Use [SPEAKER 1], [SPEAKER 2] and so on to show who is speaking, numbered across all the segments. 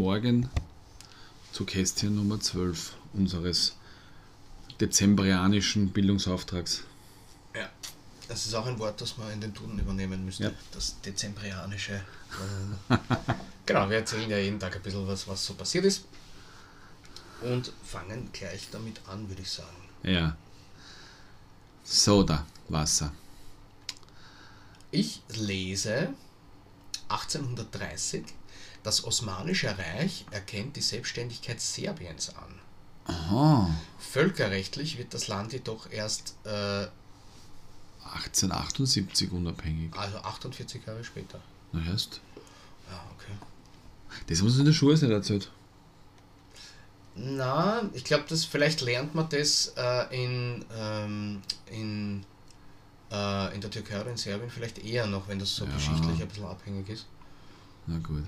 [SPEAKER 1] morgen zu Kästchen Nummer 12 unseres dezembrianischen Bildungsauftrags.
[SPEAKER 2] Ja, das ist auch ein Wort, das man in den Duden übernehmen müsste.
[SPEAKER 1] Ja.
[SPEAKER 2] Das Dezembrianische. Genau, wir erzählen ja jeden Tag ein bisschen was so passiert ist. Und fangen gleich damit an, würde ich sagen.
[SPEAKER 1] Ja. Soda, Wasser.
[SPEAKER 2] Ich lese 1830, das Osmanische Reich erkennt die Selbstständigkeit Serbiens an.
[SPEAKER 1] Aha.
[SPEAKER 2] Völkerrechtlich wird das Land jedoch erst
[SPEAKER 1] 1878 unabhängig.
[SPEAKER 2] also 48 Jahre später.
[SPEAKER 1] Na erst.
[SPEAKER 2] Ja, okay.
[SPEAKER 1] Das muss in der Schule nicht erzählt.
[SPEAKER 2] Na, ich glaube, vielleicht lernt man das in der Türkei oder in Serbien vielleicht eher noch, wenn das so
[SPEAKER 1] Ja.
[SPEAKER 2] geschichtlich ein bisschen abhängig ist.
[SPEAKER 1] Na gut.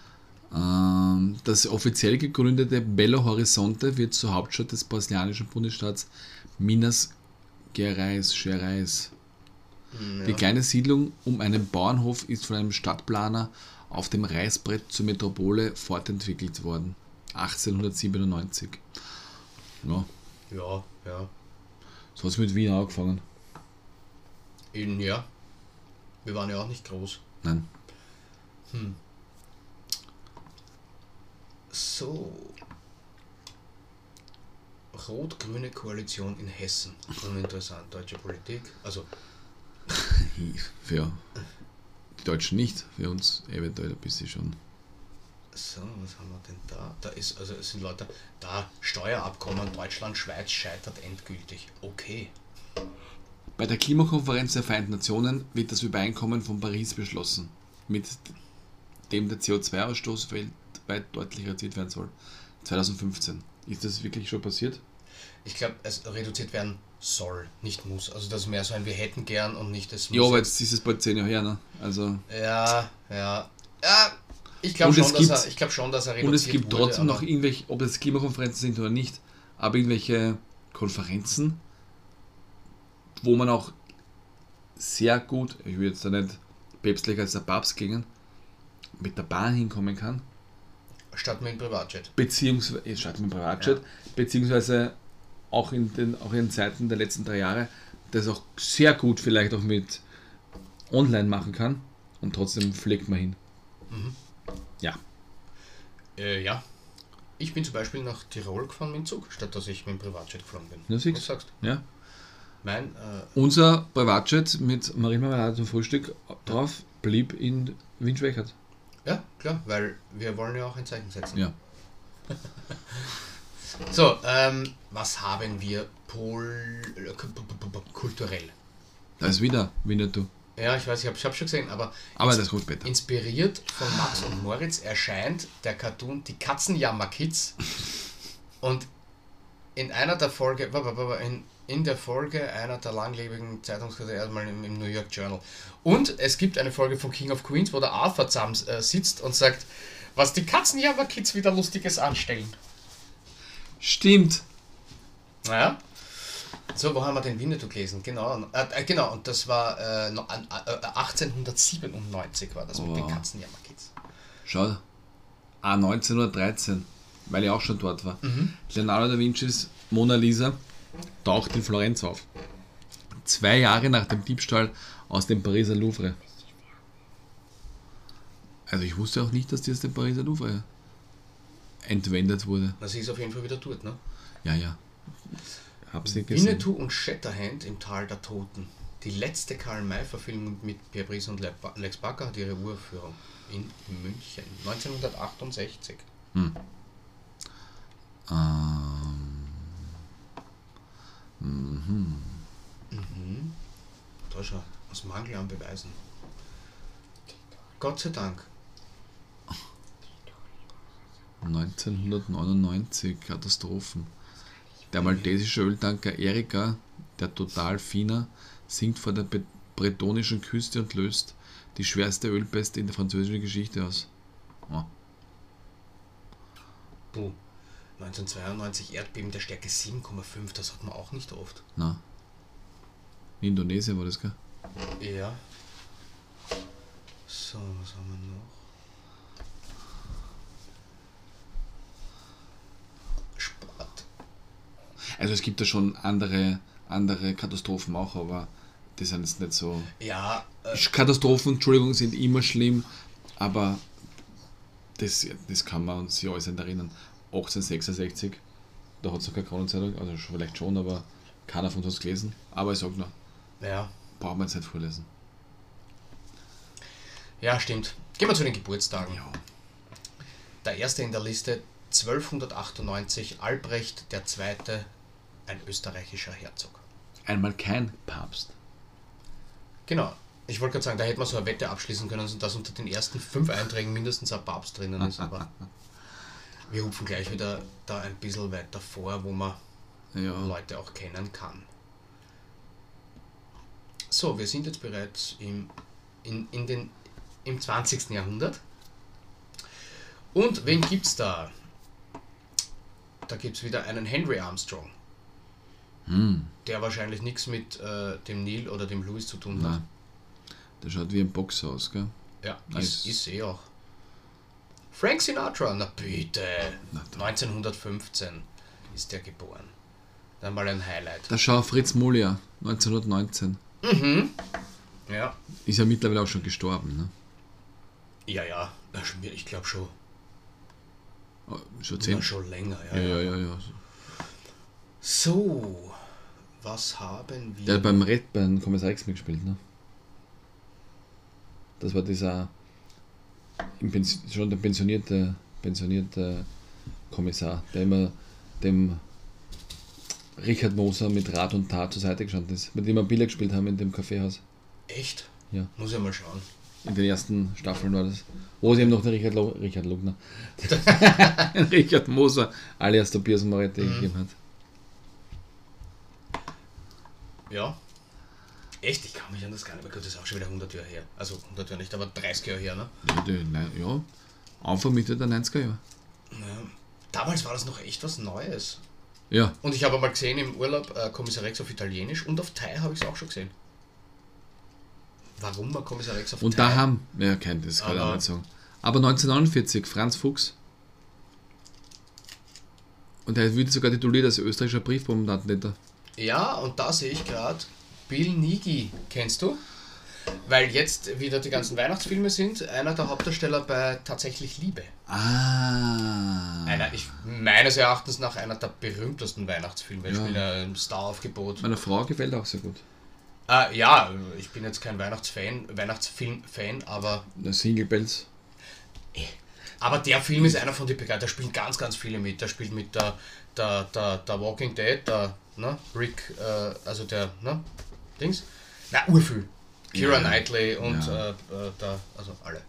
[SPEAKER 1] Das offiziell gegründete Belo Horizonte wird zur Hauptstadt des brasilianischen Bundesstaats Minas Gerais. Die kleine Siedlung um einen Bauernhof ist von einem Stadtplaner auf dem Reißbrett zur Metropole fortentwickelt worden. 1897. Ja,
[SPEAKER 2] Ja.
[SPEAKER 1] so hat es mit Wien angefangen.
[SPEAKER 2] Ja. Wir waren ja auch nicht groß.
[SPEAKER 1] Nein.
[SPEAKER 2] So. Rot-grüne Koalition in Hessen. Uninteressant. Deutsche Politik. Also,
[SPEAKER 1] Für die Deutschen nicht, für uns eventuell ein bisschen schon.
[SPEAKER 2] so, was haben wir denn da? Da ist, also es sind Leute, da Steuerabkommen Deutschland-Schweiz scheitert endgültig. Okay.
[SPEAKER 1] Bei der Klimakonferenz der Vereinten Nationen wird das Übereinkommen von Paris beschlossen, mit dem der CO2-Ausstoß weltweit deutlich reduziert werden soll. 2015. Ist das wirklich schon passiert?
[SPEAKER 2] Ich glaube, es reduziert werden soll, nicht muss. Also das ist mehr so ein wir hätten gern und nicht es muss.
[SPEAKER 1] Ja, aber jetzt ist es bald 10 Jahre her, ne? Also
[SPEAKER 2] Ja. Ich glaube schon, dass er reduziert
[SPEAKER 1] und es gibt
[SPEAKER 2] wurde,
[SPEAKER 1] trotzdem noch
[SPEAKER 2] aber
[SPEAKER 1] irgendwelche, ob es Klimakonferenzen sind oder nicht, aber irgendwelche Konferenzen, wo man auch sehr gut, ich will jetzt da nicht päpstlicher als der Papst gingen, mit der Bahn hinkommen kann.
[SPEAKER 2] statt mit dem Privatjet.
[SPEAKER 1] Beziehungsweise, statt mit dem Privatjet, beziehungsweise auch in den Zeiten der letzten 3 Jahre, das auch sehr gut vielleicht auch mit online machen kann und trotzdem fliegt man hin. Ja.
[SPEAKER 2] Ja. Ich bin zum Beispiel nach Tirol gefahren mit dem Zug, statt dass ich mit dem Privatjet geflogen bin.
[SPEAKER 1] Na, siehst
[SPEAKER 2] Was sagst du?
[SPEAKER 1] Ja.
[SPEAKER 2] Mein,
[SPEAKER 1] Unser Privatjet mit Marienmarmelade zum Frühstück drauf blieb in Wien-Schwächert.
[SPEAKER 2] ja, klar, weil wir wollen ja auch ein Zeichen setzen.
[SPEAKER 1] Ja.
[SPEAKER 2] So, was haben wir kulturell?
[SPEAKER 1] Da ist wieder Winnetou.
[SPEAKER 2] Ja, ich weiß, ich habe schon gesehen, aber
[SPEAKER 1] Das kommt später.
[SPEAKER 2] inspiriert von Max und Moritz erscheint der Cartoon Die Katzenjammer-Kids und in einer der Folge, in der Folge einer der langlebigen Zeitungskette erstmal im New York Journal. Und es gibt eine Folge von King of Queens, wo der Arthur zusammen sitzt und sagt, was die Katzenjammer-Kids wieder Lustiges anstellen.
[SPEAKER 1] Stimmt.
[SPEAKER 2] Naja. So, wo haben wir den Winnetou gelesen? Genau, genau, und das war 1897 war das mit den Katzenjammer-Kids.
[SPEAKER 1] Schau. 1913, weil ich auch schon dort war. Leonardo da Vincis Mona Lisa taucht in Florenz auf. 2 Jahre nach dem Diebstahl aus dem Pariser Louvre. Also ich wusste auch nicht, dass die aus dem Pariser Louvre entwendet wurde.
[SPEAKER 2] Na, sie ist auf jeden Fall wieder dort, ne?
[SPEAKER 1] Ja. Hab sie gesehen.
[SPEAKER 2] Winnetou und Shatterhand im Tal der Toten. Die letzte Karl-May-Verfilmung mit Pierre Brice und Lex Barker hat ihre Uraufführung in München 1968. Da schau, aus Mangel an Beweisen. Gott sei Dank.
[SPEAKER 1] 1999, Katastrophen. Der maltesische Öltanker Erika, der Total-Fina, sinkt vor der bretonischen Küste und löst die schwerste Ölpest in der französischen Geschichte aus. Oh.
[SPEAKER 2] 1992 Erdbeben der Stärke 7,5, das hat man auch nicht oft.
[SPEAKER 1] Na. In Indonesien war das, gell?
[SPEAKER 2] Ja. So, was haben wir noch?
[SPEAKER 1] Also es gibt ja schon andere Katastrophen auch, aber die sind jetzt nicht so...
[SPEAKER 2] Ja.
[SPEAKER 1] Katastrophen, Entschuldigung, sind immer schlimm, aber das kann man uns ja alles nicht erinnern. 1866, da hat es noch keine Kronenzeitung, also vielleicht schon, aber keiner von uns hat es gelesen. Aber ich sag nur,
[SPEAKER 2] Ja.
[SPEAKER 1] brauchen wir jetzt nicht vorlesen.
[SPEAKER 2] Ja, stimmt. Gehen wir zu den Geburtstagen.
[SPEAKER 1] Ja.
[SPEAKER 2] Der erste in der Liste 1298 Albrecht II., ein österreichischer Herzog.
[SPEAKER 1] Einmal kein Papst.
[SPEAKER 2] Genau. Ich wollte gerade sagen, da hätte man so eine Wette abschließen können, dass unter den ersten 5 Einträgen mindestens ein Papst drinnen ist, aber wir hupfen gleich wieder da ein bisschen weiter vor, wo man Leute auch kennen kann. So, wir sind jetzt bereits im 20. Jahrhundert. Und wen gibt's da? Da gibt es wieder einen Henry Armstrong, der wahrscheinlich nichts mit dem Neil oder dem Louis zu tun hat.
[SPEAKER 1] Nein. Der schaut wie ein Boxer aus, gell?
[SPEAKER 2] Ja, ist eh auch. Frank Sinatra, na bitte. 1915 ist der geboren. Dann mal ein Highlight.
[SPEAKER 1] Der Schau Fritz Mulier, 1919.
[SPEAKER 2] Mhm. Ja.
[SPEAKER 1] Ist ja mittlerweile auch schon gestorben, ne?
[SPEAKER 2] Ja. Ich glaube schon.
[SPEAKER 1] Schon 10?
[SPEAKER 2] Schon länger,
[SPEAKER 1] Ja.
[SPEAKER 2] So, was haben wir?
[SPEAKER 1] Der hat beim Kommissar Rex mitgespielt, ne? Das war dieser schon der pensionierte Kommissar, der immer dem Richard Moser mit Rat und Tat zur Seite gestanden ist, mit dem wir Billard gespielt haben in dem Kaffeehaus.
[SPEAKER 2] Echt?
[SPEAKER 1] Ja.
[SPEAKER 2] Muss ich mal schauen.
[SPEAKER 1] In den ersten Staffeln war das. Wo sie eben noch den Richard Lugner, Richard Moser alias Tobias Moretti gegeben hat.
[SPEAKER 2] Ja. Echt? Ich kann mich an das gar nicht mehr. Gut, das ist auch schon wieder 100 Jahre her. Also 100 Jahre nicht, aber 30 Jahre her, ne?
[SPEAKER 1] Ja, Anfang Mitte der 90er Jahre.
[SPEAKER 2] Ja. Damals war das noch echt was Neues.
[SPEAKER 1] Ja.
[SPEAKER 2] Und ich habe mal gesehen im Urlaub Kommissar Rex auf Italienisch und auf Thai habe ich es auch schon gesehen. Warum war Kommissar Rex auf Thai?
[SPEAKER 1] Und da haben, kennt das, kann ich auch nicht sagen. Aber 1949, Franz Fuchs. Und er wird sogar tituliert als österreichischer Briefbombenattentäter.
[SPEAKER 2] Ja, und da sehe ich gerade Bill Nighy, kennst du? Weil jetzt wieder die ganzen Weihnachtsfilme sind, einer der Hauptdarsteller bei Tatsächlich Liebe.
[SPEAKER 1] Ah.
[SPEAKER 2] Meines Erachtens nach einer der berühmtesten Weihnachtsfilme. Ich spiele ein Star-Aufgebot.
[SPEAKER 1] Meiner Frau gefällt auch sehr gut.
[SPEAKER 2] Ja, ich bin jetzt kein Weihnachtsfilm-Fan, aber...
[SPEAKER 1] Der Single Bells.
[SPEAKER 2] Aber der Film ist einer von den Begleitern, da spielen ganz, ganz viele mit. Der spielt mit der Walking Dead, Rick, also der, Dings. Na, urviel. Keira Knightley und also alle.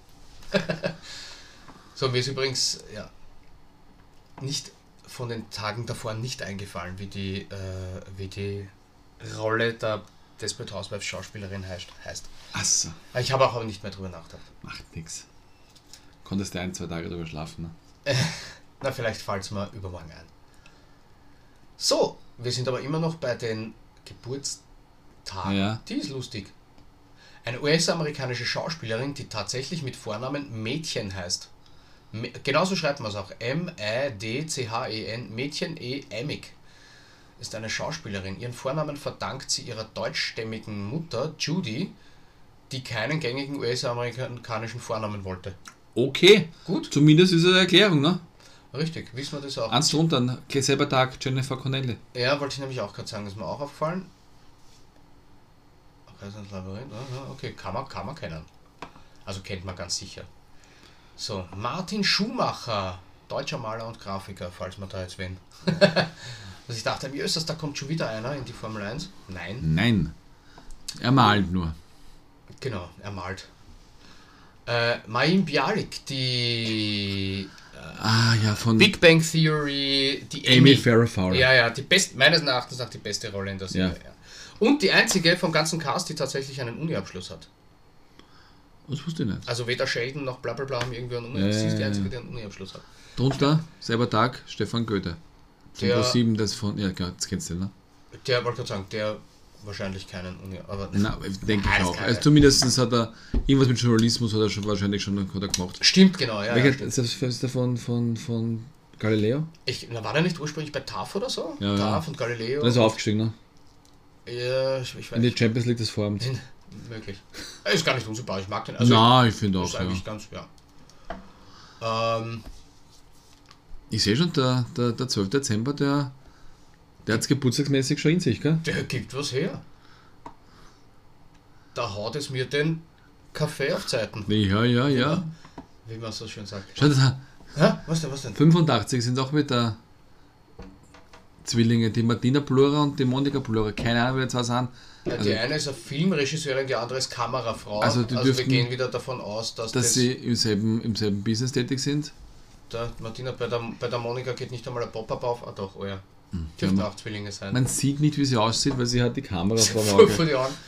[SPEAKER 2] So, mir ist übrigens, nicht von den Tagen davor nicht eingefallen, wie die Rolle der Desperate Housewives Schauspielerin heißt.
[SPEAKER 1] Achso.
[SPEAKER 2] Ich habe auch nicht mehr drüber nachgedacht.
[SPEAKER 1] Macht nix. Konntest du 1-2 Tage drüber schlafen, ne?
[SPEAKER 2] Na, vielleicht fällt es mir übermorgen ein. So, wir sind aber immer noch bei den Geburtstagen.
[SPEAKER 1] Ja.
[SPEAKER 2] Die ist lustig. Eine US-amerikanische Schauspielerin, die tatsächlich mit Vornamen Mädchen heißt. Genauso schreibt man es auch. M-A-D-C-H-E-N. Mädchen Amick. Ist eine Schauspielerin. Ihren Vornamen verdankt sie ihrer deutschstämmigen Mutter, Judy, die keinen gängigen US-amerikanischen Vornamen wollte.
[SPEAKER 1] Okay.
[SPEAKER 2] Gut.
[SPEAKER 1] Zumindest ist es eine Erklärung, ne?
[SPEAKER 2] Richtig, wissen wir das auch.
[SPEAKER 1] Eins drunter, selber Tag, Jennifer Connelly.
[SPEAKER 2] Ja, wollte ich nämlich auch gerade sagen, ist mir auch aufgefallen. Okay, kann man kennen. Also kennt man ganz sicher. So, Martin Schumacher, deutscher Maler und Grafiker, falls man da jetzt wen. Also ich dachte, jösses, da kommt schon wieder einer in die Formel 1.
[SPEAKER 1] Nein. Er malt nur.
[SPEAKER 2] Genau, er malt. Mayim Bialik, die
[SPEAKER 1] von
[SPEAKER 2] Big Bang Theory, die
[SPEAKER 1] Amy Farrah Fowler.
[SPEAKER 2] Ja, meines Erachtens nach die beste Rolle in der Serie. Ja. Und die einzige vom ganzen Cast, die tatsächlich einen Uni-Abschluss hat.
[SPEAKER 1] Das wusste ich nicht.
[SPEAKER 2] Also weder Sheldon noch blablabla haben irgendwie einen Uni-Abschluss. Sie ist die einzige, die einen Uni-Abschluss hat.
[SPEAKER 1] Drunter, selber Tag, Stefan Goethe. Von Pro7, das von, das kennst du, ne?
[SPEAKER 2] Der wollte gerade sagen, der wahrscheinlich keinen Uni, aber...
[SPEAKER 1] Na, denke ich auch. Also zumindest hat er, irgendwas mit Journalismus hat er wahrscheinlich schon gemacht.
[SPEAKER 2] Stimmt, genau, ja.
[SPEAKER 1] Welcher ist der von Galileo?
[SPEAKER 2] War der nicht ursprünglich bei TAF oder so?
[SPEAKER 1] Ja,
[SPEAKER 2] TAF und Galileo.
[SPEAKER 1] Der ist aufgestiegen, ne?
[SPEAKER 2] Ja, ich weiß
[SPEAKER 1] In die Champions League des Vorabends.
[SPEAKER 2] Möglich. Er ist gar nicht unsympathisch, ich mag den. Also
[SPEAKER 1] Nein, ich finde auch,
[SPEAKER 2] ist eigentlich ganz, ja.
[SPEAKER 1] Ich sehe schon, der 12. Dezember, der hat es geburtstagsmäßig schon in sich, gell?
[SPEAKER 2] Der gibt was her. Da haut es mir den Kaffee auf Zeiten.
[SPEAKER 1] Ja.
[SPEAKER 2] Wie man so schön sagt.
[SPEAKER 1] Schau da.
[SPEAKER 2] Hä? Was denn?
[SPEAKER 1] 85 sind auch wieder Zwillinge, die Martina Plura und die Monika Plura. Keine Ahnung, wer jetzt was haben.
[SPEAKER 2] Ja, die eine ist eine Filmregisseurin, die andere ist Kamerafrau.
[SPEAKER 1] Also wir
[SPEAKER 2] gehen wieder davon aus, dass
[SPEAKER 1] sie im selben Business tätig sind.
[SPEAKER 2] Der Martina, bei der Monika geht nicht einmal ein Pop-Up auf. Ah doch, oh ja. Dürften auch Zwillinge sein.
[SPEAKER 1] Man sieht nicht, wie sie aussieht, weil sie hat die Kamera vor dem Auge.
[SPEAKER 2] Vor die Augen.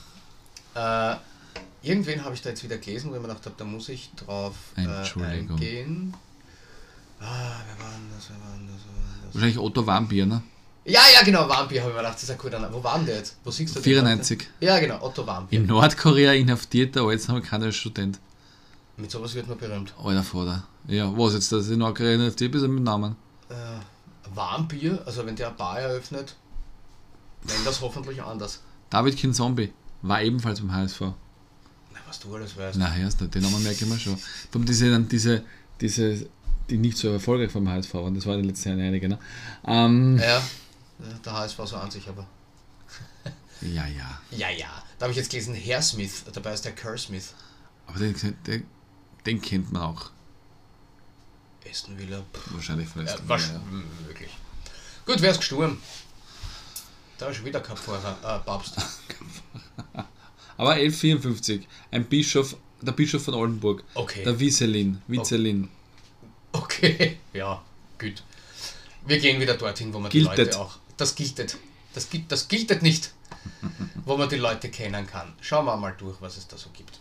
[SPEAKER 2] Irgendwen habe ich da jetzt wieder gelesen, wo ich mir gedacht habe, da muss ich drauf eingehen. Wer war denn das?
[SPEAKER 1] Wahrscheinlich Otto Warmbier, ne?
[SPEAKER 2] Ja, genau, Warmbier habe ich mir gedacht, das ist ein cooler Name. Wo war denn der jetzt? Wo siehst du den?
[SPEAKER 1] 94.
[SPEAKER 2] Ja, genau, Otto Warmbier.
[SPEAKER 1] In Nordkorea inhaftierter als-amerikanischer Student.
[SPEAKER 2] Mit sowas wird man berühmt.
[SPEAKER 1] Alter Vater. Ja, was jetzt, dass in Nordkorea inhaftiert bist mit Namen?
[SPEAKER 2] Warmbier, also wenn der eine Bar eröffnet, nennt das hoffentlich anders.
[SPEAKER 1] David Kinzombie war ebenfalls beim HSV.
[SPEAKER 2] Na, was du alles weißt.
[SPEAKER 1] Na, hörst du, den Namen merke ich mir schon. Darum diese, die nicht so erfolgreich vom HSV waren, das waren in den letzten Jahren einige, ne?
[SPEAKER 2] Ja, der HSV so an sich, aber.
[SPEAKER 1] Ja.
[SPEAKER 2] Ja. Da habe ich jetzt gelesen, Herr Smith, dabei ist der Kerr Smith.
[SPEAKER 1] Aber den kennt man auch.
[SPEAKER 2] Aston Villa.
[SPEAKER 1] Wahrscheinlich von Aston
[SPEAKER 2] Villa. Möglich. Gut, wer ist gestorben? Da ist schon wieder kein Pfarrer, Papst.
[SPEAKER 1] Aber 1154, der Bischof von Oldenburg.
[SPEAKER 2] Okay.
[SPEAKER 1] Der Vizelin.
[SPEAKER 2] Okay, ja, gut. Wir gehen wieder dorthin, wo man
[SPEAKER 1] Giltet.
[SPEAKER 2] Die Leute auch... Das giltet nicht, wo man die Leute kennen kann. Schauen wir mal durch, was es da so gibt.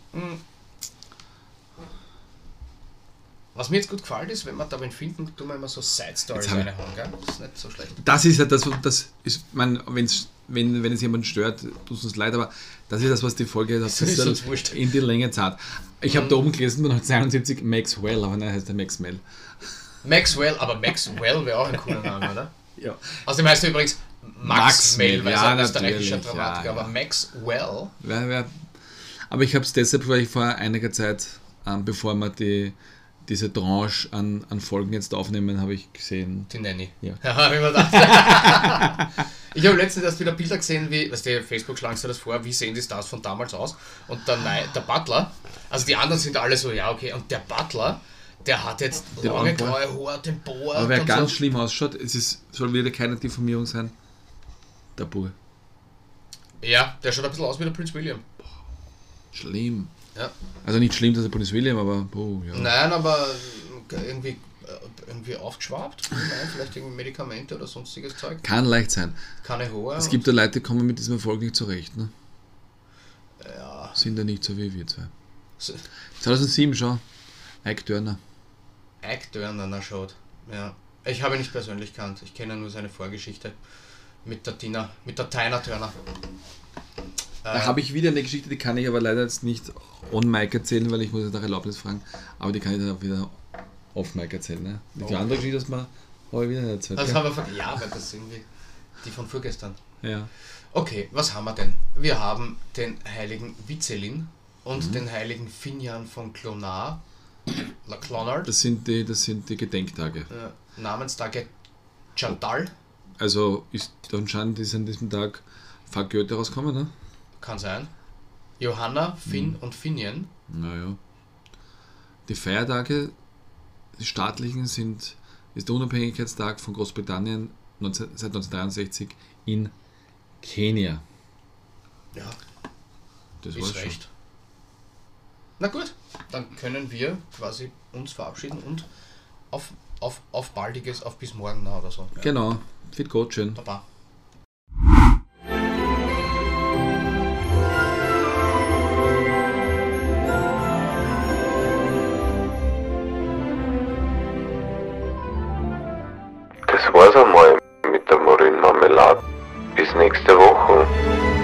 [SPEAKER 2] Was mir jetzt gut gefällt ist, wenn wir da wen finden, tun wir immer so Side-Stories reinhauen, gell? Das ist nicht so schlecht.
[SPEAKER 1] Das ist ja das ist, wenn es jemanden stört, tut es uns leid, aber das ist das, was die Folge
[SPEAKER 2] das ist uns wurscht.
[SPEAKER 1] In die Länge zahlt. Ich habe da oben gelesen, 1972 Maxwell, aber nein, heißt der Maxwell.
[SPEAKER 2] Maxwell, aber Maxwell wäre auch ein cooler Name, oder?
[SPEAKER 1] Ja.
[SPEAKER 2] Außerdem heißt er übrigens Maxwell, weil er ein
[SPEAKER 1] österreichischer
[SPEAKER 2] Dramatiker, aber Maxwell.
[SPEAKER 1] Aber ich habe es deshalb, weil ich vor einiger Zeit, bevor wir diese Tranche an Folgen jetzt aufnehmen, habe ich gesehen.
[SPEAKER 2] Die Nanny.
[SPEAKER 1] Ja.
[SPEAKER 2] Habe ich mir gedacht. Ich habe letztens erst wieder Bilder gesehen, Facebook schlagst du das vor, wie sehen die Stars von damals aus? Und der Butler, also die anderen sind alle so, ja okay, und der Butler, der hat jetzt lange graue Haare, den Bart.
[SPEAKER 1] Aber wer ganz so schlimm ausschaut, soll wieder keine Diffamierung sein, der Bur.
[SPEAKER 2] Ja, der schaut ein bisschen aus wie der Prince William.
[SPEAKER 1] Schlimm.
[SPEAKER 2] Ja.
[SPEAKER 1] Also nicht schlimm, dass er Prince William, aber ja.
[SPEAKER 2] Nein, aber irgendwie aufgeschwappt, vielleicht irgendwie Medikamente oder sonstiges Zeug.
[SPEAKER 1] Kann leicht sein.
[SPEAKER 2] Keine Haare.
[SPEAKER 1] Es gibt ja Leute, die kommen mit diesem Erfolg nicht zurecht, ne?
[SPEAKER 2] Ja.
[SPEAKER 1] Sind ja nicht so wie wir zwei. 2007 schon. Ike Turner,
[SPEAKER 2] schaut. Ja. Ich habe ihn nicht persönlich kannt. Ich kenne nur seine Vorgeschichte mit der Tina Turner.
[SPEAKER 1] Da habe ich wieder eine Geschichte, die kann ich aber leider jetzt nicht on Mic erzählen, weil ich muss jetzt nach Erlaubnis fragen. Aber die kann ich dann auch wieder off Mic erzählen. Ne? Die andere Geschichte, das habe ich wieder nicht erzählt.
[SPEAKER 2] Weil das sind die von vorgestern.
[SPEAKER 1] Ja.
[SPEAKER 2] Okay, was haben wir denn? Wir haben den heiligen Vizelin und den heiligen Finian von Clonard.
[SPEAKER 1] Das sind die Gedenktage.
[SPEAKER 2] Namenstage Chantal.
[SPEAKER 1] Also ist anscheinend an diesem Tag Fuck Goethe rauskommen, ne?
[SPEAKER 2] Kann sein. Johanna, Finn und Finian.
[SPEAKER 1] Naja. Die Feiertage, die staatlichen, ist der Unabhängigkeitstag von Großbritannien seit 1963 in Kenia.
[SPEAKER 2] Ja,
[SPEAKER 1] das
[SPEAKER 2] ist recht. Na gut, dann können wir quasi uns verabschieden und auf baldiges, auf bis morgen oder so. Ja.
[SPEAKER 1] Genau, fit Gott, schön.
[SPEAKER 2] Baba.
[SPEAKER 3] Das war's einmal mit der Marillenmarmelade. Bis nächste Woche.